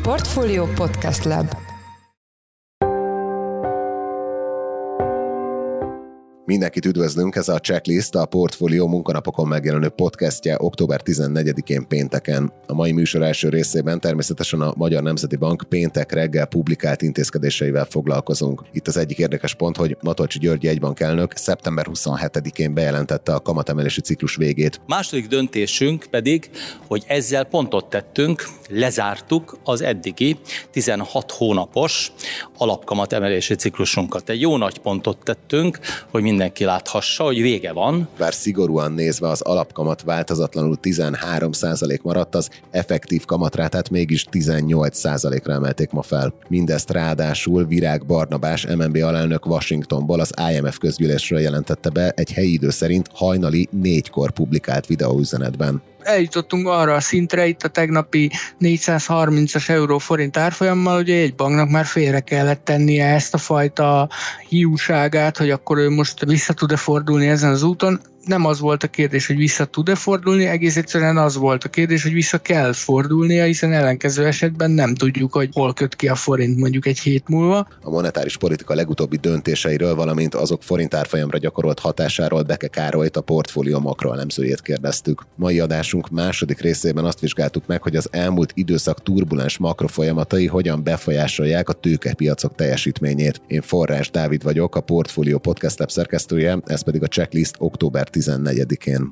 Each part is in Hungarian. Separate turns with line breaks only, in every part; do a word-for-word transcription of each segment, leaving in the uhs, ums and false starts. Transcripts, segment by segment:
Portfolio Podcast Lab.
Mindenkit üdvözlünk, ez a Checklist, a Portfolio munkanapokon megjelenő podcastje október tizennegyedikén pénteken. A mai műsor első részében természetesen a Magyar Nemzeti Bank péntek reggel publikált intézkedéseivel foglalkozunk. Itt az egyik érdekes pont, hogy Matolcsy György jegybank elnök szeptember huszonhetedikén bejelentette a kamatemelési ciklus végét.
Második döntésünk pedig, hogy ezzel pontot tettünk, lezártuk az eddigi tizenhat hónapos alapkamatemelési ciklusunkat. Egy jó nagy pontot tettünk, hogy mindenki láthassa, hogy vége van.
Bár szigorúan nézve az alapkamat változatlanul tizenhárom százalék maradt, az effektív kamatrátát mégis tizennyolc százalékra emelték ma fel. Mindezt ráadásul Virág Barnabás em en bé alelnök Washingtonból az i em ef közgyűlésről jelentette be egy helyi idő szerint hajnali négykor publikált videóüzenetben.
Eljutottunk arra a szintre itt a tegnapi négyszázharmincas euró-forint árfolyammal, hogy egy banknak már félre kellett tennie ezt a fajta hiúságát, hogy akkor ő most vissza tud-e fordulni ezen az úton. Nem az volt a kérdés, hogy vissza tud-e fordulni, egész egyszerűen az volt a kérdés, hogy vissza kell fordulnia, hiszen ellenkező esetben nem tudjuk, hogy hol köt ki a forint mondjuk egy hét múlva.
A monetáris politika legutóbbi döntéseiről, valamint azok forint árfolyamra gyakorolt hatásáról Beke Károlyt, a Portfolio makroelemzőjét kérdeztük. Mai adásunk második részében azt vizsgáltuk meg, hogy az elmúlt időszak turbulens makrofolyamatai hogyan befolyásolják a tőkepiacok teljesítményét. Én Forrás Dávid vagyok, a Portfolio Podcast Lab szerkesztője, ez pedig a Checklist október tizennegyedikén.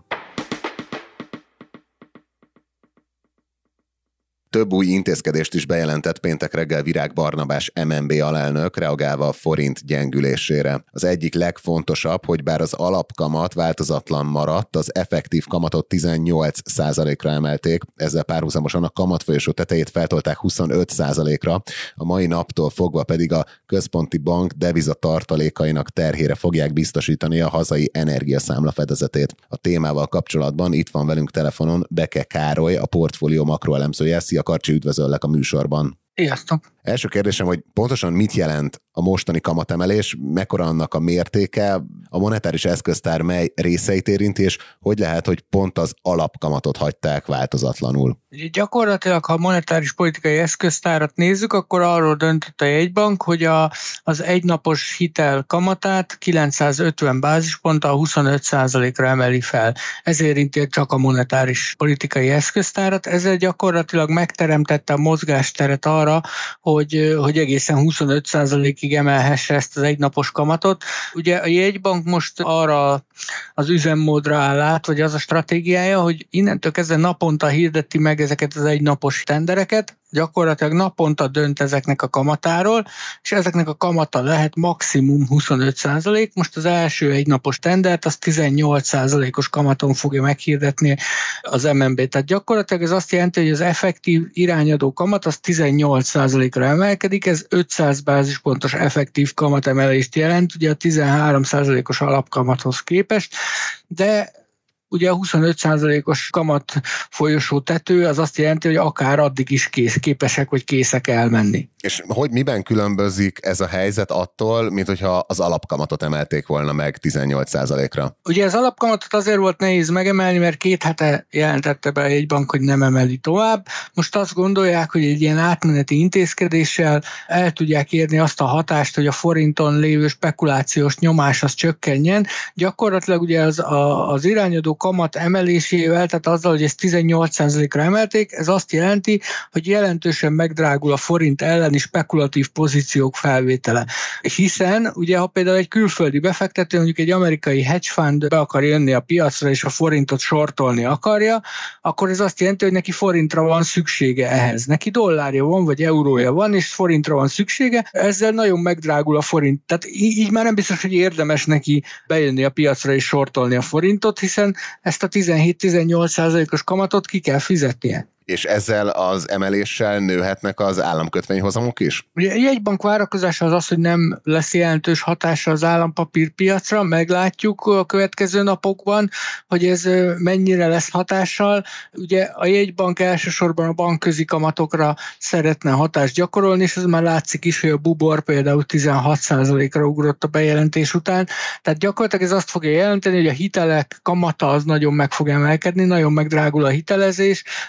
Több új intézkedést is bejelentett péntek reggel Virág Barnabás em en bé alelnök, reagálva a forint gyengülésére. Az egyik legfontosabb, hogy bár az alapkamat változatlan maradt, az effektív kamatot tizennyolc százalékra emelték, ezzel párhuzamosan a kamatfolyosó tetejét feltolták huszonöt százalékra, a mai naptól fogva pedig a központi bank deviza tartalékainak terhére fogják biztosítani a hazai energiaszámla fedezetét. A témával kapcsolatban itt van velünk telefonon Beke Károly, a Portfolio makroelemzője. Szia Karcsi, üdvözöllek a műsorban.
Sziasztok!
Első kérdésem, hogy pontosan mit jelent a mostani kamatemelés, mekkora annak a mértéke, a monetáris eszköztár mely részeit érinti, és hogy lehet, hogy pont az alapkamatot hagyták változatlanul?
Gyakorlatilag, ha a monetáris politikai eszköztárat nézzük, akkor arról döntött a jegybank, hogy a, az egynapos hitel kamatát kilencszázötven bázisponttal huszonöt százalékra emeli fel. Ez érinti csak a monetáris politikai eszköztárat. Ezzel gyakorlatilag megteremtette a mozgásteret arra, hogy, hogy egészen huszonöt százalékig emelhesse ezt az egynapos kamatot. Ugye a jegybank most arra az üzemmódra áll át, vagy az a stratégiája, hogy innentől kezdve naponta hirdeti meg ezeket az egynapos tendereket, gyakorlatilag naponta dönt ezeknek a kamatáról, és ezeknek a kamata lehet maximum huszonöt százalék. Most az első egynapos tendert, az tizennyolc százalékos kamaton fogja meghirdetni az em en bé. Tehát gyakorlatilag ez azt jelenti, hogy az effektív irányadó kamat az tizennyolc százalékra emelkedik, ez ötszáz bázispontos effektív kamatemelést jelent, ugye a tizenhárom százalékos alapkamathoz képest, de ugye a huszonöt százalékos kamat folyosó tető az azt jelenti, hogy akár addig is kész, képesek vagy készek elmenni.
És hogy miben különbözik ez a helyzet attól, mint hogyha az alapkamatot emelték volna meg tizennyolc százalékra?
Ugye az alapkamatot azért volt nehéz megemelni, mert két hete jelentette be a jegybank, hogy nem emeli tovább. Most azt gondolják, hogy egy ilyen átmeneti intézkedéssel el tudják érni azt a hatást, hogy a forinton lévő spekulációs nyomás az csökkenjen. Gyakorlatilag ugye az, a, az irányadó kamat emelésével, tehát azzal, hogy ezt tizennyolc százalékra emelték, ez azt jelenti, hogy jelentősen megdrágul a forint elleni spekulatív pozíciók felvétele. Hiszen ugye, ha például egy külföldi befektető, mondjuk egy amerikai hedge fund be akar jönni a piacra, és a forintot sortolni akarja, akkor ez azt jelenti, hogy neki forintra van szüksége ehhez. Neki dollárja van, vagy eurója van, és forintra van szüksége, ezzel nagyon megdrágul a forint. Tehát így már nem biztos, hogy érdemes neki bejönni a piacra és sortolni a forintot, hiszen ezt a tizenhét-tizennyolc százalékos kamatot ki kell fizetnie.
És ezzel az emeléssel nőhetnek az államkötvényhozamok is?
Ugye a jegybank várakozása az az, hogy nem lesz jelentős hatása az állampapírpiacra, meglátjuk a következő napokban, hogy ez mennyire lesz hatással. Ugye a jegybank elsősorban a bankközi kamatokra szeretne hatást gyakorolni, és ez már látszik is, hogy a bubor például tizenhat százalékra ugrott a bejelentés után. Tehát gyakorlatilag ez azt fogja jelenteni, hogy a hitelek kamata az nagyon meg fog emelkedni, nagyon megdrágul a hitelezés. Ez a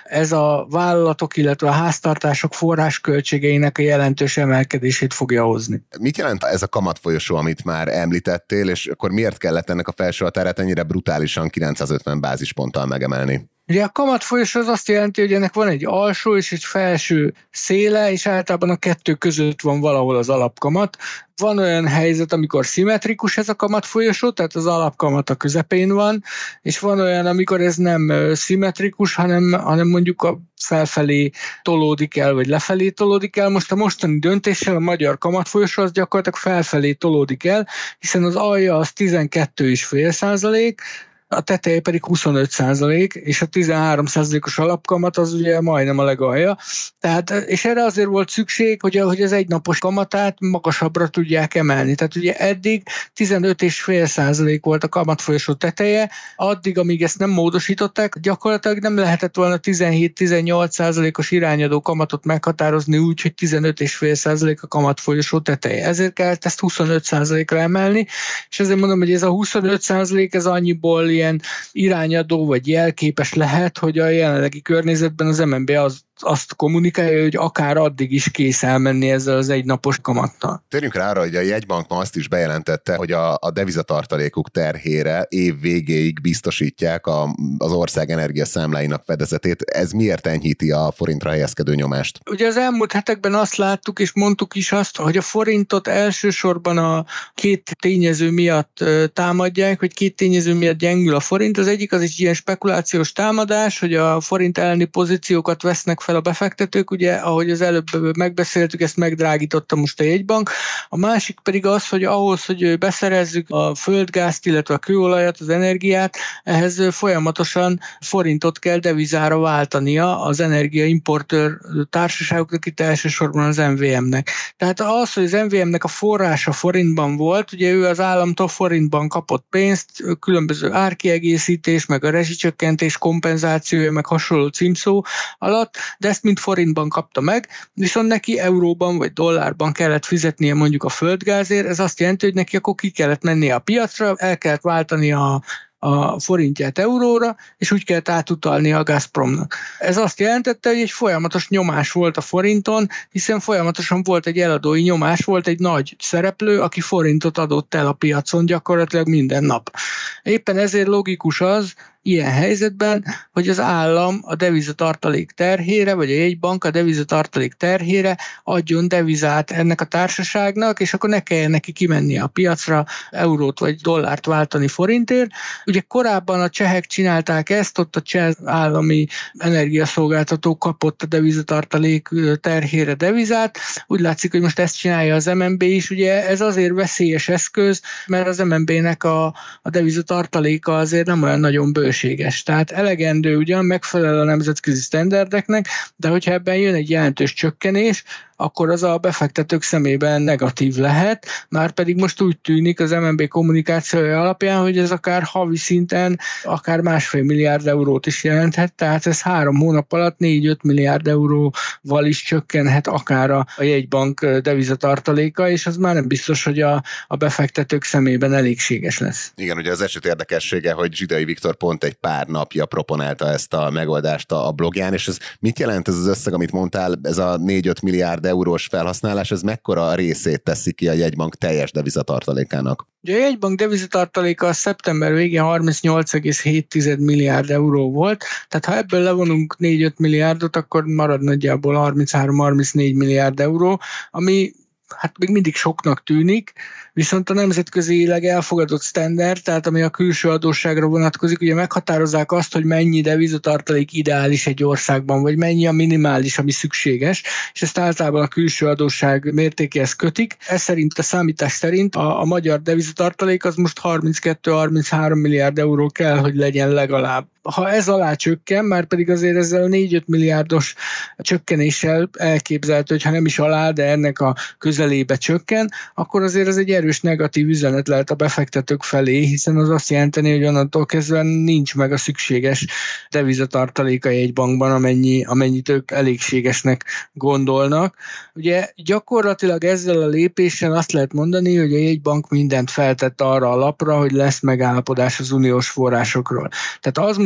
a vállalatok, illetve a háztartások forrásköltségeinek a jelentős emelkedését fogja hozni.
Mit jelent ez a kamatfolyosó, amit már említettél, és akkor miért kellett ennek a felső határát ennyire brutálisan kilencszázötven bázisponttal megemelni?
Ugye a kamatfolyosó az azt jelenti, hogy ennek van egy alsó és egy felső széle, és általában a kettő között van valahol az alapkamat. Van olyan helyzet, amikor szimmetrikus ez a kamatfolyosó, tehát az alapkamat a közepén van, és van olyan, amikor ez nem szimmetrikus, hanem, hanem mondjuk a felfelé tolódik el, vagy lefelé tolódik el. Most a mostani döntéssel a magyar kamatfolyosó az gyakorlatilag felfelé tolódik el, hiszen az alja az tizenkettő egész öt százalék, a teteje pedig huszonöt százalék, és a tizenhárom százalékos alapkamat az ugye majdnem a legalja. Tehát, és erre azért volt szükség, hogy, hogy az egynapos kamatát magasabbra tudják emelni. Tehát ugye eddig tizenöt egész öt százalék volt a kamatfolyosó teteje, addig, amíg ezt nem módosították, gyakorlatilag nem lehetett volna tizenhét-tizennyolc százalékos irányadó kamatot meghatározni úgy, hogy tizenöt egész öt százalék a kamatfolyosó teteje. Ezért kellett ezt huszonöt százalékra emelni, és ezért mondom, hogy ez a huszonöt százalék ez annyiból ilyen irányadó vagy jelképes lehet, hogy a jelenlegi környezetben az em en bé az azt kommunikálja, hogy akár addig is kész elmenni ezzel az egynapos kamattal.
Térjünk rá arra, hogy a jegybank ma azt is bejelentette, hogy a, a devizatartalékuk terhére év végéig biztosítják a, az ország energiaszámláinak fedezetét. Ez miért enyhíti a forintra helyezkedő nyomást?
Ugye az elmúlt hetekben azt láttuk, és mondtuk is azt, hogy a forintot elsősorban a két tényező miatt támadják, hogy két tényező miatt gyengül a forint. Az egyik az is ilyen spekulációs támadás, hogy a forint elleni pozíciókat vesznek fel a befektetők, ugye, ahogy az előbb megbeszéltük, ezt megdrágította most a jegybank. A másik pedig az, hogy ahhoz, hogy beszerezzük a földgázt, illetve a kőolajat, az energiát, ehhez folyamatosan forintot kell devizára váltania az energiaimportőr társaságoknak, itt elsősorban az em vé em-nek. Tehát az, hogy az em vé em-nek a forrása forintban volt, ugye ő az államtól forintban kapott pénzt, különböző árkiegészítés, meg a rezsicsökkentés kompenzációja, meg hasonló címszó alatt, de ezt mind forintban kapta meg, viszont neki euróban vagy dollárban kellett fizetnie mondjuk a földgázért, ez azt jelenti, hogy neki akkor ki kellett mennie a piacra, el kellett váltani a a forintját euróra, és úgy kellett átutalni a Gazpromnak. Ez azt jelentette, hogy egy folyamatos nyomás volt a forinton, hiszen folyamatosan volt egy eladói nyomás, volt egy nagy szereplő, aki forintot adott el a piacon gyakorlatilag minden nap. Éppen ezért logikus az, ilyen helyzetben, hogy az állam a devizatartalék terhére, vagy a jegybank a devizatartalék terhére adjon devizát ennek a társaságnak, és akkor ne kelljen neki kimennie a piacra, eurót vagy dollárt váltani forintért. Ugye korábban a csehek csinálták ezt, ott a cseh állami energiaszolgáltató kapott a devizatartalék terhére devizát. Úgy látszik, hogy most ezt csinálja az em en bé is. Ugye ez azért veszélyes eszköz, mert az em en bé-nek a, a devizatartaléka azért nem olyan nagyon bős. Tehát elegendő ugyan, megfelel a nemzetközi sztenderdeknek, de hogyha ebben jön egy jelentős csökkenés, akkor az a befektetők szemében negatív lehet, már pedig most úgy tűnik az em en bé kommunikációja alapján, hogy ez akár havi szinten, akár másfél milliárd eurót is jelenthet, tehát ez három hónap alatt négy-öt milliárd euróval is csökkenhet akár a, a jegybank devizatartaléka, és az már nem biztos, hogy a, a befektetők szemében elégséges lesz.
Igen, ugye az eset érdekessége, hogy Zsidai Viktor pont egy pár napja proponálta ezt a megoldást a blogján, és ez mit jelent ez az összeg, amit mondtál, ez a négy-öt milliárd eurós felhasználás, ez mekkora részét teszi ki a jegybank teljes devizatartalékának?
Ugye a jegybank devizatartaléka a szeptember végén harmincnyolc egész hét milliárd euró volt, tehát ha ebből levonunk négy-öt milliárdot, akkor marad nagyjából harminchárom-harmincnégy milliárd euró, ami hát még mindig soknak tűnik, viszont a nemzetközileg elfogadott standard, tehát ami a külső adósságra vonatkozik, ugye meghatározzák azt, hogy mennyi devizatartalék ideális egy országban, vagy mennyi a minimális, ami szükséges, és ezt általában a külső adósság mértékéhez kötik. Ez szerint, a számítás szerint a, a magyar devizatartalék az most harminckettő-harminchárom milliárd euró kell, hogy legyen legalább. Ha ez alá csökken, már pedig azért ezzel négy-öt milliárdos csökkenéssel elképzelhető, hogyha nem is alá, de ennek a közelébe csökken, akkor azért ez egy erős negatív üzenet lehet a befektetők felé, hiszen az azt jelenteni, hogy onnantól kezdve nincs meg a szükséges devizatartaléka egy bankban, amennyi, amennyit ők elégségesnek gondolnak. Ugye gyakorlatilag ezzel a lépéssel azt lehet mondani, hogy a jegybank mindent feltett arra a lapra, hogy lesz megállapodás az uniós forrásokról. Tehát az most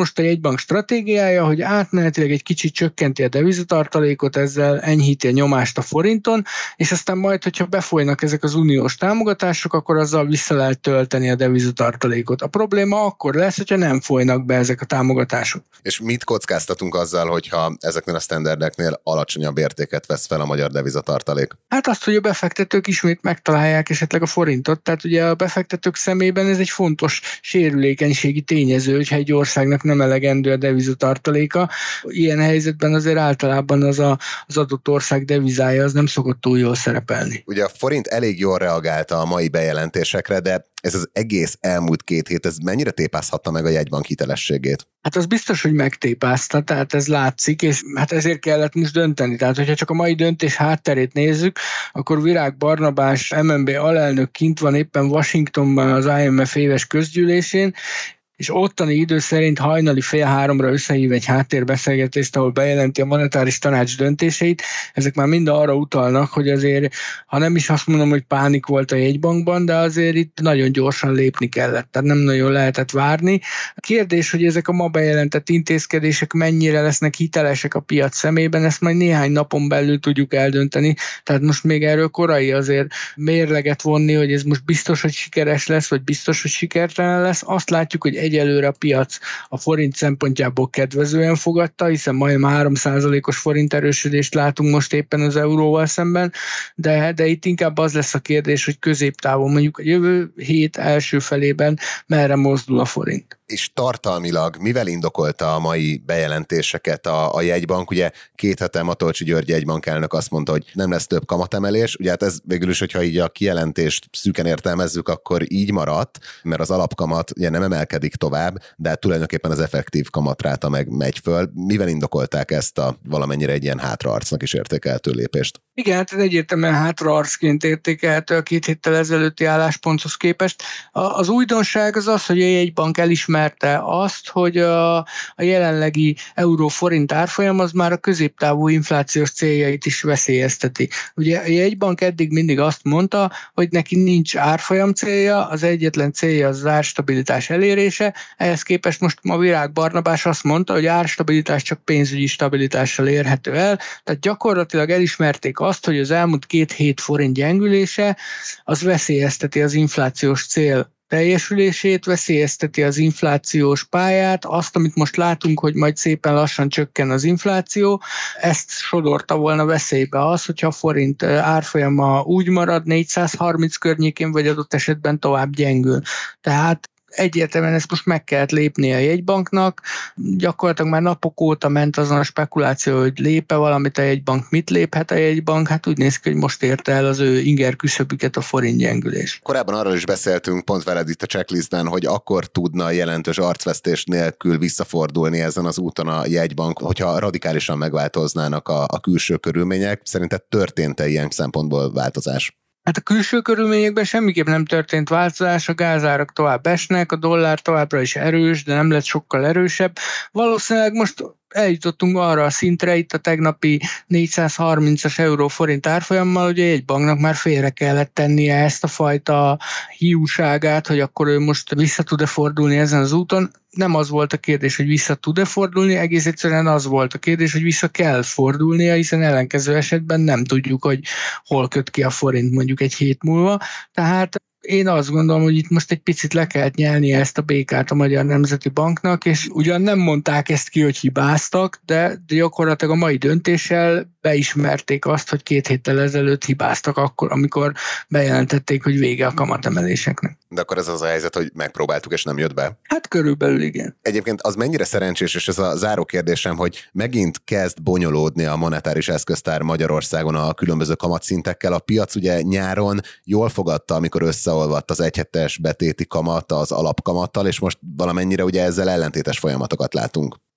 most a jegybank stratégiája, hogy átmenetileg egy kicsit csökkenti a devizatartalékot, ezzel enyhíti a nyomást a forinton, és aztán majd, hogyha befolynak ezek az uniós támogatások, akkor azzal vissza lehet tölteni a devizatartalékot. A probléma akkor lesz, hogyha nem folynak be ezek a támogatások.
És mit kockáztatunk azzal, hogyha ezeknél a standardeknél alacsonyabb értéket vesz fel a magyar devizatartalék?
Hát azt, hogy a befektetők ismét megtalálják esetleg a forintot, tehát ugye a befektetők szemében ez egy fontos sérülékenységi tényező, hogyha egy országnak nem elegendő a devizatartaléka. Ilyen helyzetben azért általában az a, az adott ország devizája az nem szokott túl jól szerepelni.
Ugye a forint elég jól reagálta a mai bejelentésekre, de ez az egész elmúlt két hét, ez mennyire tépázhatta meg a jegybank hitelességét?
Hát az biztos, hogy megtépázta, tehát ez látszik, és hát ezért kellett most dönteni. Tehát, hogyha csak a mai döntés hátterét nézzük, akkor Virág Barnabás em en bé alelnök kint van éppen Washingtonban az i em ef éves közgyűlésén, és ottani idő szerint hajnali fél háromra összehív egy háttérbeszélgetést, ahol bejelenti a monetáris tanács döntéseit. Ezek már mind arra utalnak, hogy azért, ha nem is azt mondom, hogy pánik volt a jegybankban, de azért itt nagyon gyorsan lépni kellett, tehát nem nagyon lehetett várni. A kérdés, hogy ezek a ma bejelentett intézkedések mennyire lesznek hitelesek a piac szemében, ezt majd néhány napon belül tudjuk eldönteni, tehát most még erről korai azért mérleget vonni, hogy ez most biztos, hogy sikeres lesz, vagy biztos, hogy sikertelen lesz. Azt látjuk, hogy egyelőre a piac a forint szempontjából kedvezően fogadta, hiszen majdnem három százalékos forint erősödést látunk most éppen az euróval szemben, de, de itt inkább az lesz a kérdés, hogy középtávon mondjuk a jövő hét első felében merre mozdul a forint.
És tartalmilag mivel indokolta a mai bejelentéseket a, a jegybank? Ugye két hete Matolcsy György jegybankelnök azt mondta, hogy nem lesz több kamatemelés. Ugye hát ez végül is, hogyha így a kijelentést szűken értelmezzük, akkor így maradt, mert az alapkamat ugye nem emelkedik tovább, de hát tulajdonképpen az effektív kamatráta meg megy föl. Mivel indokolták ezt a valamennyire egy ilyen hátraarcnak is értékeltő lépést?
Igen, hát ez egyértelműen hátraarcként értékelhető a két héttel ezelőtti állásponthoz képest. Az újdonság az az, hogy a jegybank elismerte azt, hogy a, a jelenlegi euró-forint árfolyam az már a középtávú inflációs céljait is veszélyezteti. Ugye a jegybank eddig mindig azt mondta, hogy neki nincs árfolyam célja, az egyetlen célja az árstabilitás elérése, ehhez képest most ma Virág Barnabás azt mondta, hogy árstabilitás csak pénzügyi stabilitással érhető el, tehát gyakorlatilag elismerték azt, hogy az elmúlt két hét forint gyengülése az veszélyezteti az inflációs cél teljesülését, veszélyezteti az inflációs pályát, azt, amit most látunk, hogy majd szépen lassan csökken az infláció, ezt sodorta volna veszélybe az, hogyha a forint árfolyama úgy marad négyszázharminc környékén, vagy adott esetben tovább gyengül. Tehát egyértelműen ezt most meg kellett lépnie a jegybanknak. Gyakorlatilag már napok óta ment azon a spekuláció, hogy lép-e valamit a jegybank, mit léphet a jegybank. Hát úgy néz ki, hogy most érte el az ő inger küszöbüket a forint gyengülés.
Korábban arról is beszéltünk, pont veled itt a checklistben, hogy akkor tudna jelentős arcvesztés nélkül visszafordulni ezen az úton a jegybank, hogyha radikálisan megváltoznának a, a külső körülmények. Szerinted történt-e ilyen szempontból változás?
Hát a külső körülményekben semmiképp nem történt változás, a gázárak tovább esnek, a dollár továbbra is erős, de nem lett sokkal erősebb. Valószínűleg most eljutottunk arra a szintre itt a tegnapi négyszázharmincas euró forint árfolyammal, hogy a jegybanknak már félre kellett tennie ezt a fajta hiúságát, hogy akkor ő most vissza tud-e fordulni ezen az úton. Nem az volt a kérdés, hogy vissza tud-e fordulni, egész egyszerűen az volt a kérdés, hogy vissza kell fordulnia, hiszen ellenkező esetben nem tudjuk, hogy hol köt ki a forint mondjuk egy hét múlva. Tehát én azt gondolom, hogy itt most egy picit le kellett nyelnie ezt a békát a Magyar Nemzeti Banknak, és ugyan nem mondták ezt ki, hogy hibáztak, de gyakorlatilag a mai döntéssel beismerték azt, hogy két héttel ezelőtt hibáztak akkor, amikor bejelentették, hogy vége a kamatemeléseknek.
De akkor ez az a helyzet, hogy megpróbáltuk, és nem jött be?
Hát körülbelül igen.
Egyébként az mennyire szerencsés, és ez a záró kérdésem, hogy megint kezd bonyolódni a monetáris eszköztár Magyarországon a különböző kamatszintekkel. A piac ugye nyáron jól fogadta, amikor összeolvadt az egyhetes betéti kamat az alapkamattal, és most valamennyire ugye ezzel ellentétes folyamatokat látunk.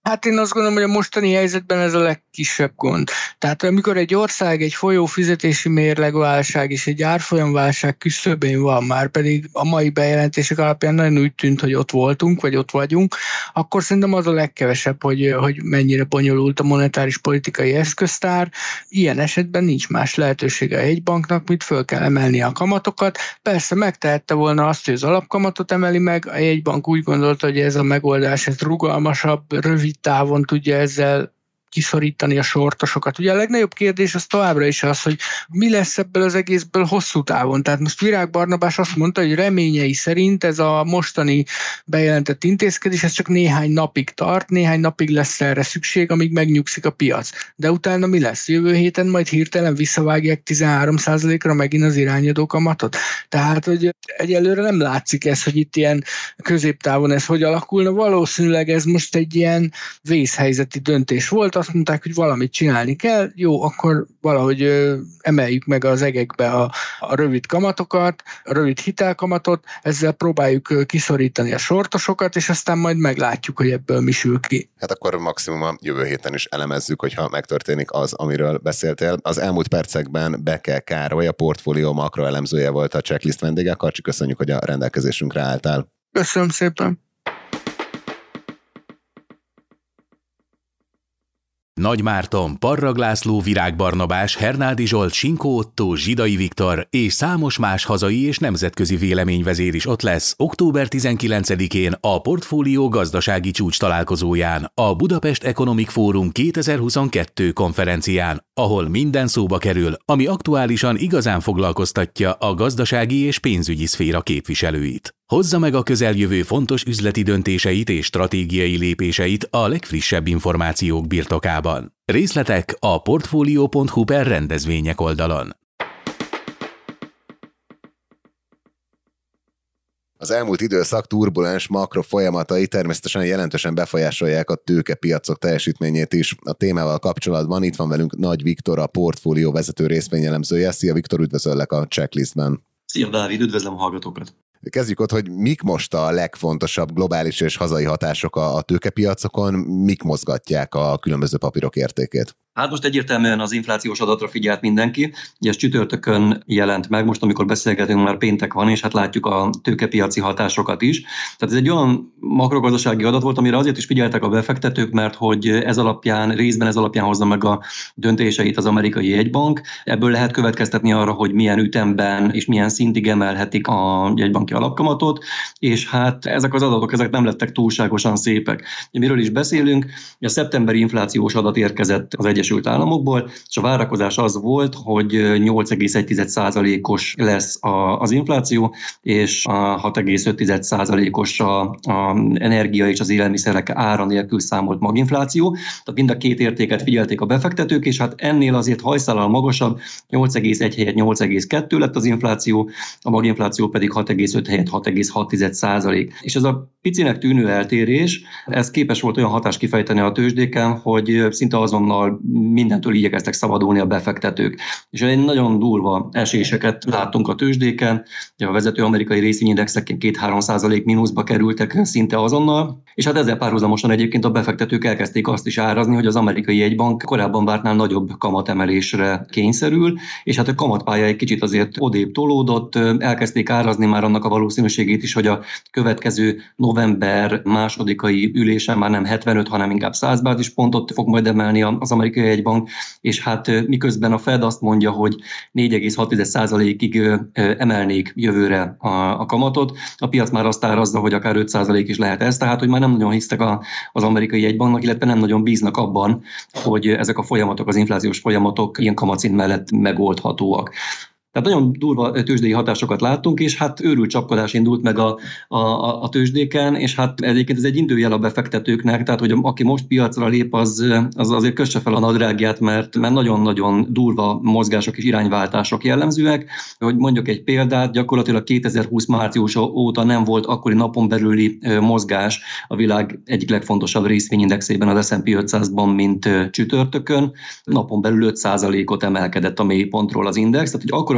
Hát én azt gondolom, hogy a mostani helyzetben ez a legkisebb gond. Tehát amikor egy ország egy folyó fizetési mérlegválság és egy árfolyamválság küszöbén van, már pedig a mai bejelentések alapján nagyon úgy tűnt, hogy ott voltunk, vagy ott vagyunk, akkor szerintem az a legkevesebb, hogy, hogy mennyire bonyolult a monetáris politikai eszköztár. Ilyen esetben nincs más lehetősége a jegybanknak, mint föl kell emelni a kamatokat. Persze megtehette volna azt, hogy az alapkamatot emeli meg, a jegybank úgy gondolta, hogy ez a megoldás, ez rugalmasabb, rövid távon tudja ezzel kiszorítani a sortosokat. Ugye a legnagyobb kérdés az továbbra is az, hogy mi lesz ebből az egészből hosszú távon. Tehát most Virág Barnabás azt mondta, hogy reményei szerint ez a mostani bejelentett intézkedés, ez csak néhány napig tart, néhány napig lesz erre szükség, amíg megnyugszik a piac. De utána mi lesz? Jövő héten majd hirtelen visszavágják tizenhárom százalékra megint az irányadó kamatot. Tehát, hogy egyelőre nem látszik ez, hogy itt ilyen középtávon ez hogy alakulna. Valószínűleg ez most egy ilyen vészhelyzeti döntés volt. Azt mondták, hogy valamit csinálni kell, jó, akkor valahogy ö, emeljük meg az egekbe a, a rövid kamatokat, a rövid hitelkamatot, ezzel próbáljuk ö, kiszorítani a sortosokat, és aztán majd meglátjuk, hogy ebből mi sül ki.
Hát akkor maximum a jövő héten is elemezzük, hogyha megtörténik az, amiről beszéltél. Az elmúlt percekben Beke Károly, a portfólió makroelemzője volt a Checklist vendége. Karcsi, köszönjük, hogy a rendelkezésünkre álltál.
Köszönöm szépen.
Nagy Márton, Parrag László, Virág Barnabás, Hernádi Zsolt, Sinkó Ottó, Zsidai Viktor és számos más hazai és nemzetközi véleményvezér is ott lesz október tizenkilencedikén a Portfólió gazdasági csúcs találkozóján, a Budapest Economic Forum kétezer-huszonkettő konferencián, ahol minden szóba kerül, ami aktuálisan igazán foglalkoztatja a gazdasági és pénzügyi szféra képviselőit. Hozza meg a közeljövő fontos üzleti döntéseit és stratégiai lépéseit a legfrissebb információk birtokában. Részletek a portfolio pont hu per rendezvények oldalon.
Az elmúlt időszak turbulens makro folyamatai természetesen jelentősen befolyásolják a tőkepiacok teljesítményét is. A témával kapcsolatban itt van velünk Nagy Viktor, a portfólió vezető részvényelemzője. Szia Viktor, üdvözöllek a Checklistben.
Szia Dávid, üdvözlöm a hallgatókat!
Kezdjük ott, hogy mik most a legfontosabb globális és hazai hatások a tőkepiacokon, mik mozgatják a különböző papírok értékét?
Hát most egyértelműen az inflációs adatra figyelt mindenki. Ugye ez csütörtökön jelent meg, most amikor beszélgetünk, már péntek van, és hát látjuk a tőkepiaci hatásokat is. Tehát ez egy olyan makrogazdasági adat volt, amire azért is figyeltek a befektetők, mert hogy ez alapján, részben ez alapján hozza meg a döntéseit az amerikai jegybank. Ebből lehet következtetni arra, hogy milyen ütemben és milyen szintig emelhetik a jegybanki alapkamatot, és hát ezek az adatok ezek nem lettek túlságosan szépek. Miről is beszélünk? A szeptemberi inflációs adat érkezett az Egyesült Államokból, és a várakozás az volt, hogy nyolc egész egy százalékos lesz az infláció, és a hat egész öt százalékos a energia és az élelmiszerek ára nélkül számolt maginfláció. Tehát mind a két értéket figyelték a befektetők, és hát ennél azért hajszállal magasabb, nyolc egész egy helyett nyolc egész kettő lett az infláció, a maginfláció pedig hat egész öt helyett hat egész hat százalék. És ez a picinek tűnő eltérés, ez képes volt olyan hatást kifejteni a tőzsdéken, hogy szinte azonnal mindentől igyekeztek szabadulni a befektetők. És egy nagyon durva eséseket láttunk a tőzsdéken, a vezető amerikai részvényindexek két-három százalék mínuszba kerültek szinte azonnal, és hát ezzel párhuzamosan egyébként a befektetők elkezdték azt is árazni, hogy az amerikai jegybank korábban vártnál nagyobb kamatemelésre kényszerül, és hát a kamatpálya egy kicsit azért odébb tolódott, elkezdték árazni már annak a valószínűségét is, hogy a következő november másodikai ülésen már nem hetvenöt, hanem inkább száz bázispontot fog majd emelni az amerikai jegybank, és hát miközben a Fed azt mondja, hogy négy egész hat százalékig emelnék jövőre a kamatot, a piac már azt árazza, hogy akár öt százalék is lehet ez, tehát hogy már nem nagyon hisztek az amerikai jegybanknak, illetve nem nagyon bíznak abban, hogy ezek a folyamatok, az inflációs folyamatok ilyen kamatszint mellett megoldhatóak. Tehát nagyon durva tőzsdei hatásokat láttunk, és hát őrült csapkodás indult meg a, a, a tőzsdéken, és hát egyébként ez egy indőjel a befektetőknek, tehát hogy aki most piacra lép, az, az azért kösse fel a nadrágját, mert, mert nagyon-nagyon durva mozgások és irányváltások jellemzőek. Hogy mondjuk egy példát, gyakorlatilag kétezer-húsz március óta nem volt akkori napon belüli mozgás a világ egyik legfontosabb részvényindexében, az es and pé ötszázban, mint csütörtökön. Napon belül öt százalékot emelkedett a mélypontról az index, tehát hogy akkor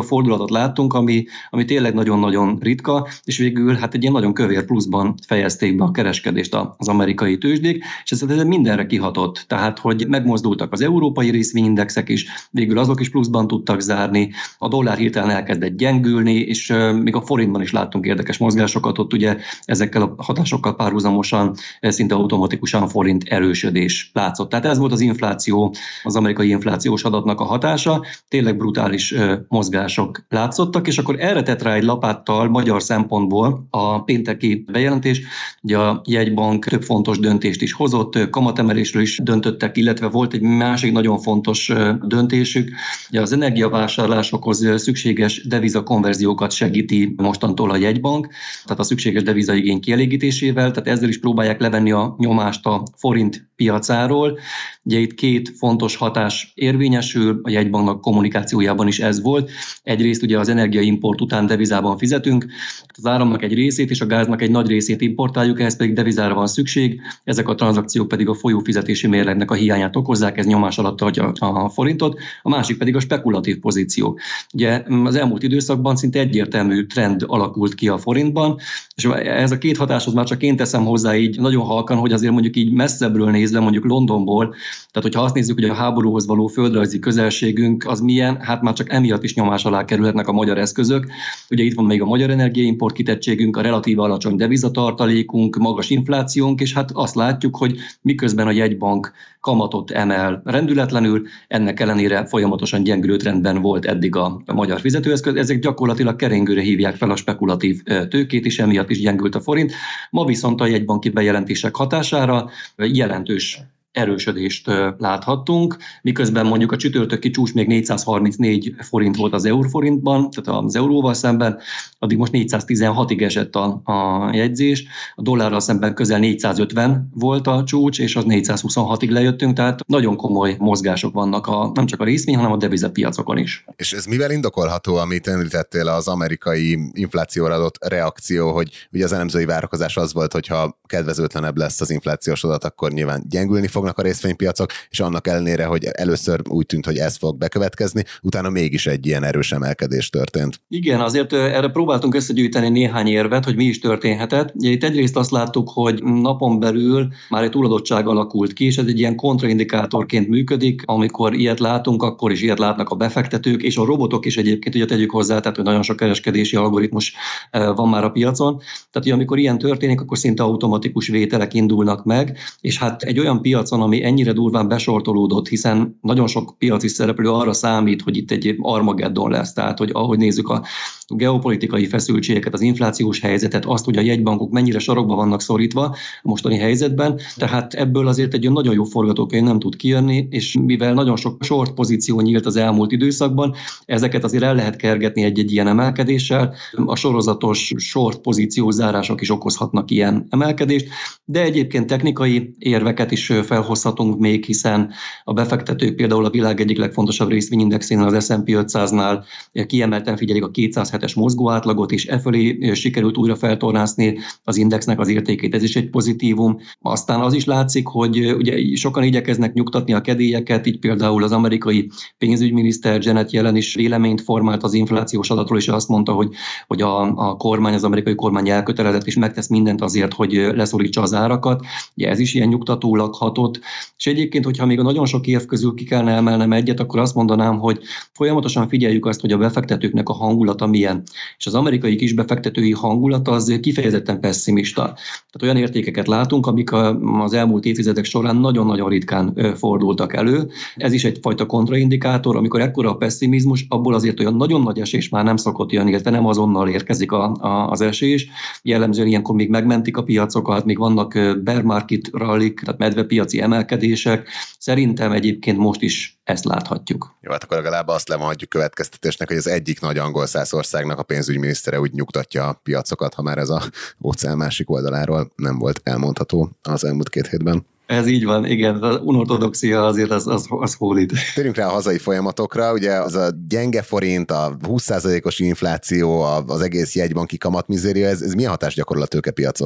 ekkora fordulatot láttunk, ami, ami tényleg nagyon-nagyon ritka, és végül hát egy ilyen nagyon kövér pluszban fejezték be a kereskedést az amerikai tőzsdék, és ez, ez mindenre kihatott. Tehát, hogy megmozdultak az európai részvényindexek is, végül azok is pluszban tudtak zárni, a dollár hirtelen elkezdett gyengülni, és uh, még a forintban is láttunk érdekes mozgásokat, ott ugye ezekkel a hatásokkal párhuzamosan szinte automatikusan forint erősödés látszott. Tehát ez volt az infláció, az amerikai inflációs adatnak a hatása, tényleg brutális uh, mozgások látszottak, és akkor erre tett rá egy lapáttal magyar szempontból a pénteki bejelentés, ugye a jegybank több fontos döntést is hozott, kamatemelésről is döntöttek, illetve volt egy másik nagyon fontos döntésük, ugye az energiavásárlásokhoz szükséges devizakonverziókat segíti mostantól a jegybank, tehát a szükséges devizaigény kielégítésével, tehát ezzel is próbálják levenni a nyomást a forint piacáról. Ugye itt két fontos hatás érvényesül, a jegybanknak kommunikációjában is ez volt. Egyrészt ugye az energiaimport után devizában fizetünk, az áramnak egy részét és a gáznak egy nagy részét importáljuk, ehhez pedig devizára van szükség, ezek a tranzakciók pedig a folyófizetési mérlegnek a hiányát okozzák, ez nyomás alatt adja a forintot, a másik pedig a spekulatív pozíció. Ugye az elmúlt időszakban szinte egyértelmű trend alakult ki a forintban, és ez a két hatáshoz már csak én teszem hozzá így nagyon halkan, hogy azért mondjuk így messzebbről nézve, mondjuk Londonból, tehát hogyha azt nézzük, hogy a háborúhoz való földrajzi közelségünk az milyen, hát már csak emiatt is nyomás alá kerülhetnek a magyar eszközök. Ugye itt van még a magyar energiaimport kitettségünk, a relatíve alacsony devizatartalékunk, magas inflációnk, és hát azt látjuk, hogy miközben a jegybank kamatot emel rendületlenül, ennek ellenére folyamatosan gyengülő trendben volt eddig a magyar fizetőeszköz. Ezek gyakorlatilag keringőre hívják fel a spekulatív tőkét, és emiatt is gyengült a forint. Ma viszont a jegybanki bejelentések hatására jelentős erősödést láthattunk, miközben mondjuk a csütörtöki csúcs még négyszázharmincnégy forint volt az eurforintban, tehát az euróval szemben, addig most négyszáztizenhatig esett a, a jegyzés, a dollárral szemben közel négyszázötven volt a csúcs, és az négyszázhuszonhatig lejöttünk, tehát nagyon komoly mozgások vannak a, nem csak a részvény, hanem a devizapiacokon is.
És ez mivel indokolható, amit említettél, az amerikai inflációra adott reakció, hogy ugye az elemzői várakozás az volt, hogyha kedvezőtlenebb lesz az inflációs adat, akkor nyilván gyengülni fog a részvénypiacok, és annak ellenére, hogy először úgy tűnt, hogy ez fog bekövetkezni, utána mégis egy ilyen erős emelkedés történt.
Igen, azért erre próbáltunk összegyűjteni néhány érvet, hogy mi is történhetett. Ugye itt egyrészt azt láttuk, hogy napon belül már egy túladottság alakult ki, és ez egy ilyen kontraindikátorként működik, amikor ilyet látunk, akkor is ilyet látnak a befektetők, és a robotok is egyébként, ugye tegyük hozzá, tehát hogy nagyon sok kereskedési algoritmus van már a piacon. Tehát, hogy amikor ilyen történik, akkor szinte automatikus vételek indulnak meg, és hát egy olyan piacon, ami ennyire durván besortolódott, hiszen nagyon sok piaci szereplő arra számít, hogy itt egy Armageddon lesz, tehát hogy ahogy nézzük a geopolitikai feszültségeket, az inflációs helyzetet, azt, hogy a jegybankok mennyire sarokba vannak szorítva a mostani helyzetben, tehát ebből azért egy nagyon jó forgatókönyv nem tud kijönni, és mivel nagyon sok short pozíció nyílt az elmúlt időszakban, ezeket azért el lehet kergetni egy-egy ilyen emelkedéssel, a sorozatos short pozíció zárások is okozhatnak ilyen emelkedést, de egyébként technikai érveket is felhozhatunk még, hiszen a befektetők például a világ egyik legfontosabb részvényindexénél, az es and pé ötszáznál kiemelten figyelik a kétszázhetes mozgóátlagot, és e fölé sikerült újra feltornászni az indexnek az értékét. Ez is egy pozitívum. Aztán az is látszik, hogy ugye sokan igyekeznek nyugtatni a kedélyeket, így például az amerikai pénzügyminiszter Janet Yellen is véleményt formált az inflációs adatról, és azt mondta, hogy, hogy a, a kormány, az amerikai kormány elkötelezett, és megtesz mindent azért, hogy leszorítsa az árakat. Ugye ez is ilyen nyugtatólag hatott. És egyébként, hogyha még a nagyon sok érv közül ki kellene emelnem egyet, akkor azt mondanám, hogy folyamatosan figyeljük azt, hogy a befektetőknek a hangulata milyen. És az amerikai kisbefektetői hangulat az kifejezetten pessimista. Tehát olyan értékeket látunk, amik az elmúlt évtizedek során nagyon-nagyon ritkán fordultak elő. Ez is egyfajta kontraindikátor, amikor ekkora a pessimizmus, abból azért olyan nagyon nagy esés már nem szokott jönni, illetve nem azonnal érkezik a, a, az esés. Jellemzően ilyenkor még megmentik a piacokat, még vannak bear market rallik, tehát medvepiaci emelkedések. Szerintem egyébként most is ezt láthatjuk.
Jó, hát akkor legalább azt levonhatjuk következtetésnek, hogy az egyik nagy angol száz országnak a pénzügyminisztere úgy nyugtatja a piacokat, ha már ez a óceán másik oldaláról nem volt elmondható az elmúlt két hétben.
Ez így van, igen, az unortodoxia azért az, az, az hódít.
Térjünk rá a hazai folyamatokra, ugye az a gyenge forint, a húsz százalékos infláció, az egész jegybanki kamatmizéria, ez, ez milyen hatást gyakorol a tőkepiacokra?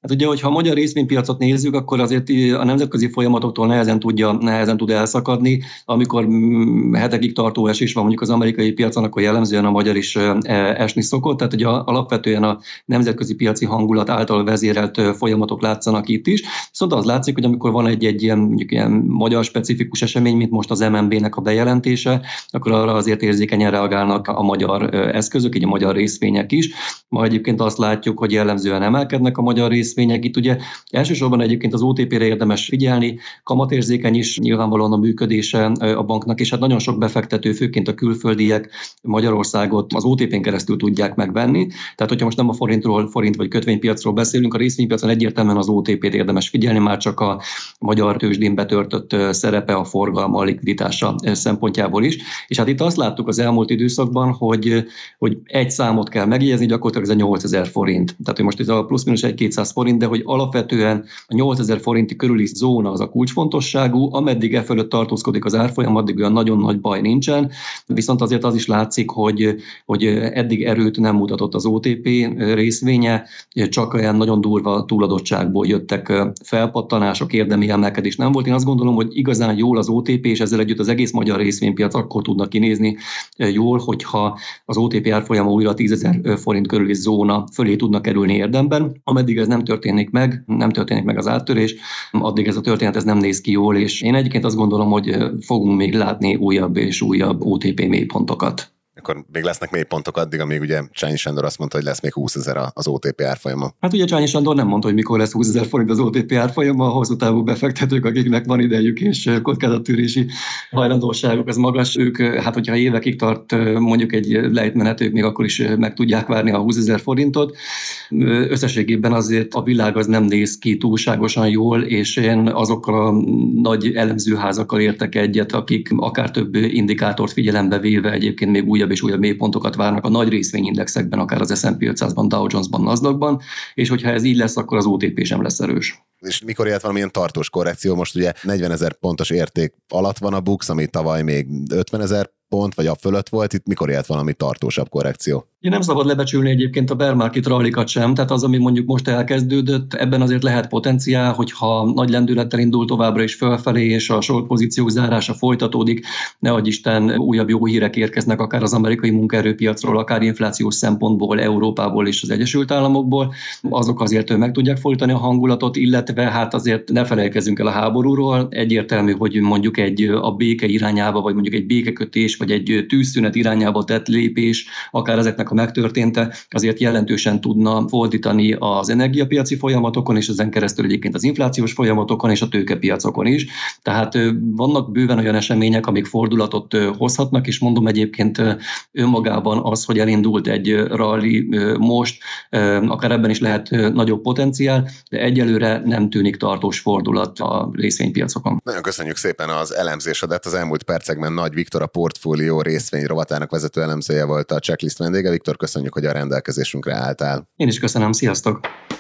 Hát ugye, hogyha a magyar részvénypiacot nézzük, akkor azért a nemzetközi folyamatoktól nehezen, tudja, nehezen tud elszakadni. Amikor hetekig tartó esés van mondjuk az amerikai piacon, akkor jellemzően a magyar is esni szokott. Tehát ugye alapvetően a nemzetközi piaci hangulat által vezérelt folyamatok látszanak itt is. Viszont az látszik, hogy amikor van egy-egy ilyen, mondjuk ilyen magyar specifikus esemény, mint most az em en bé-nek a bejelentése, akkor arra azért érzékenyen reagálnak a magyar eszközök, így a magyar részvények is. Ma egyébként azt látjuk, hogy jellemzően emelkednek a magyar részvények. Itt ugye elsősorban egyébként az o té pére érdemes figyelni, kamatérzékeny is nyilvánvalóan a működése a banknak, és hát nagyon sok befektető, főként a külföldiek Magyarországot az o té pén keresztül tudják megvenni. Tehát, hogyha most nem a forintról, forint vagy kötvénypiacról beszélünk, a részvénypiacon egyértelműen az o té pét érdemes figyelni, már csak a magyar tőzsdén betöltött szerepe, a forgalma, a likviditása szempontjából is. És hát itt azt láttuk az elmúlt időszakban, hogy, hogy egy számot kell megjegyezni, gyakorlatilag ez a nyolcezer forint. Tehát, hogy most ez a plusz-minusz egy-kétszáz forint, de hogy alapvetően a nyolcezer forinti körüli zóna az a kulcsfontosságú, ameddig e fölött tartózkodik az árfolyam, addig olyan nagyon nagy baj nincsen, viszont azért az is látszik, hogy, hogy eddig erőt nem mutatott az o té pé részvénye, csak olyan nagyon durva túladottságból jöttek felpattanások, érdemi emelkedés nem volt. Én azt gondolom, hogy igazán jól az o té pé, és ezzel együtt az egész magyar részvénypiac akkor tudnak kinézni jól, hogyha az o té pé árfolyama újra tízezer forint körüli zóna fölé tudnak kerülni érdemben. Ameddig ez nem történik meg, nem történik meg az áttörés, addig ez a történet ez nem néz ki jól, és én egyébként azt gondolom, hogy fogunk még látni újabb és újabb o té pé mélypontokat.
Akkor még lesznek mélypontok addig, amíg ugye Csányi Sándor azt mondta, hogy lesz még húszezer az o té pé árfolyama.
Hát ugye Csányi Sándor nem mondta, hogy mikor lesz húszezer forint az o té pé árfolyama, a hosszú távú befektetők, akiknek van idejük és kockázattűrési hajlandóságuk, az magas, ők, hát hogyha évekig tart mondjuk egy lejtmenet, ők még akkor is meg tudják várni a húszezer forintot. Összességében azért a világ az nem néz ki túlságosan jól, és én azokkal a nagy elemzőházakkal értek egyet, akik akár több indikátort figyelembe véve egyébként még újabb és újabb mélypontokat várnak a nagy részvényindexekben, akár az es and pé ötszázban, Dow Jonesban, Nasdaqban, és hogyha ez így lesz, akkor az o té pé sem lesz erős.
És mikor élt valamilyen tartós korrekció? Most ugye negyvenezer pontos érték alatt van a BUX, ami tavaly még ötvenezer pont, vagy a fölött volt, itt mikor élt valami tartósabb korrekció?
Ugye nem szabad lebecsülni egyébként a bear market rallikat sem, tehát az, ami mondjuk most elkezdődött, ebben azért lehet potenciál, hogyha nagy lendülettel indul továbbra is fölfelé, és a short pozíciók zárása folytatódik, ne adj Isten, újabb jó hírek érkeznek akár az amerikai munkaerőpiacról, akár inflációs szempontból, Európából és az Egyesült Államokból, azok azért meg tudják fordítani a hangulatot, illetve hát azért ne felejtkezzünk el a háborúról, egyértelmű, hogy mondjuk egy a béke irányába, vagy mondjuk egy békekötés, vagy egy tűzszünet irányába tett lépés, akár ezeknek a megtörténte, azért jelentősen tudna fordítani az energiapiaci folyamatokon, és ezen keresztül egyébként az inflációs folyamatokon és a tőkepiacokon is. Tehát vannak bőven olyan események, amik fordulatot hozhatnak, és mondom egyébként önmagában az, hogy elindult egy rally most, akár ebben is lehet nagyobb potenciál, de egyelőre nem tűnik tartós fordulat a részvénypiacokon.
Nagyon köszönjük szépen az elemzésedet. Az elmúlt percekben Nagy Viktor, a Portfólió részvény rovatának vezető elemzője volt a Checklist vendége. Viktor, köszönjük, hogy a rendelkezésünkre álltál.
Én is köszönöm, sziasztok!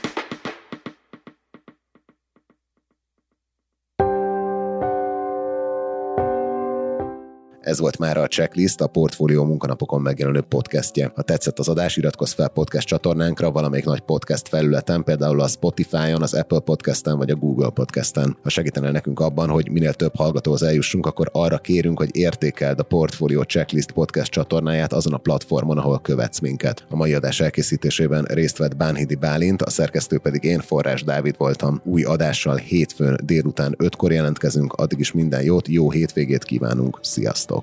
Ez volt már a Checklist, a Portfólió munkanapokon megjelenő podcastje. Ha tetszett az adás, iratkozz fel podcast csatornánkra valamelyik nagy podcast felületen, például a Spotify-on, az Apple Podcasten vagy a Google Podcasten. Ha segítenél nekünk abban, hogy minél több hallgatóhoz eljussunk, akkor arra kérünk, hogy értékeld a Portfólió Checklist podcast csatornáját azon a platformon, ahol követsz minket. A mai adás elkészítésében részt vett Bánhidi Bálint, a szerkesztő pedig én, Forrás Dávid voltam. Új adással hétfőn délután ötkor jelentkezünk, addig is minden jót, jó hétvégét kívánunk, sziasztok!